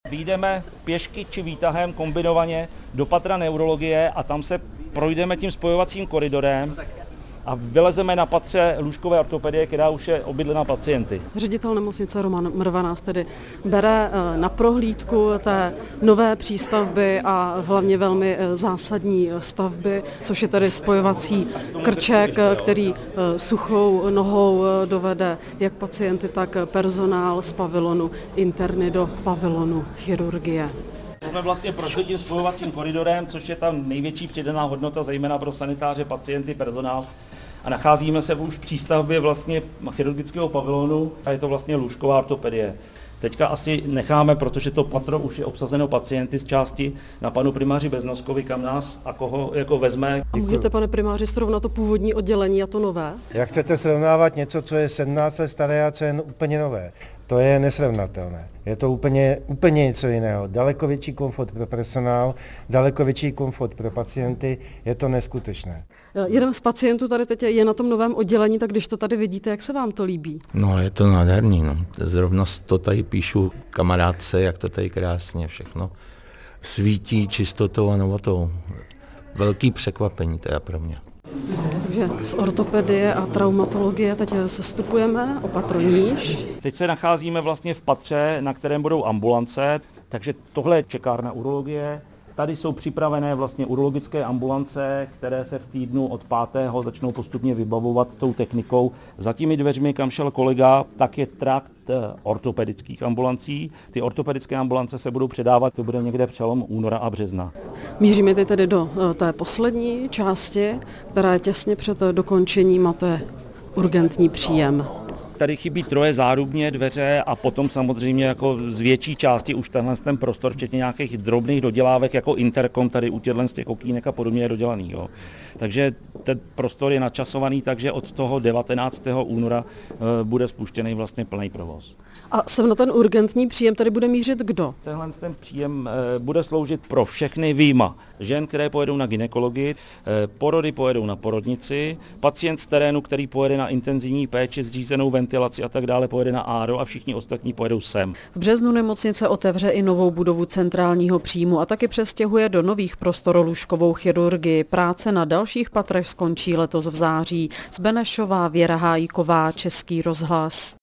Vyjdeme pěšky či výtahem kombinovaně do patra neurologie a tam se projdeme tím spojovacím koridorem a vylezeme na patře lůžkové ortopedie, která už je obydlena pacienty. Ředitel nemocnice Roman Mrva nás tedy bere na prohlídku té nové přístavby a hlavně velmi zásadní stavby, což je tedy spojovací krček, který suchou nohou dovede jak pacienty, tak personál z pavilonu interny do pavilonu chirurgie. Jsme vlastně prošli tím spojovacím koridorem, což je tam největší přidaná hodnota, zejména pro sanitáře, pacienty, personál. A nacházíme se už v přístavbě vlastně chirurgického pavilonu a je to vlastně lůžková ortopedie. Teďka asi necháme, protože to patro už je obsazeno pacienty z části, na panu primáři Beznoskovi, kam nás a koho jako vezme. A můžete, pane primáři, srovnat to původní oddělení a to nové? Jak chcete srovnávat něco, co je 17 let staré a co je úplně nové? To je nesrovnatelné. Je to úplně něco jiného. Daleko větší komfort pro personál, daleko větší komfort pro pacienty, je to neskutečné. Jeden z pacientů tady teď je na tom novém oddělení, tak když to tady vidíte, jak se vám to líbí? No, je to nádherný, no. Zrovna to tady píšu kamarádce, jak to tady krásně všechno svítí čistotou a novotou. Velký překvapení teda pro mě. Takže z ortopedie a traumatologie teď sestupujeme o patro níž. Teď se nacházíme vlastně v patře, na kterém budou ambulance, takže tohle je čekárna urologie. Tady jsou připravené vlastně urologické ambulance, které se v týdnu od 5. začnou postupně vybavovat tou technikou. Za těmi dveřmi, kam šel kolega, tak je trakt ortopedických ambulancí. Ty ortopedické ambulance se budou předávat, to bude někde přelom února a března. Míříme tedy do té poslední části, která je těsně před dokončením, a to je urgentní příjem. Tady chybí 3 zárubně dveře a potom samozřejmě jako z větší části už ten prostor, včetně nějakých drobných dodělávek jako interkom tady u z těch okýnek a podobně je dodělaný. Jo. Takže ten prostor je načasovaný, takže od toho 19. února bude spuštěný vlastně plný provoz. A sem na ten urgentní příjem tady bude mířit kdo? Tenhle ten příjem bude sloužit pro všechny vyjma žen, které pojedou na gynekologii, porody pojedou na porodnici, pacient z terénu, který pojede na intenzivní péči, zřízenou ventilaci a tak dále, pojede na áro a všichni ostatní pojedou sem. V březnu nemocnice otevře i novou budovu centrálního příjmu a taky přestěhuje do nových prostor lůžkovou chirurgii. Práce na dalších patrech skončí letos v září. Z Benešova Věra Hájková, Český rozhlas.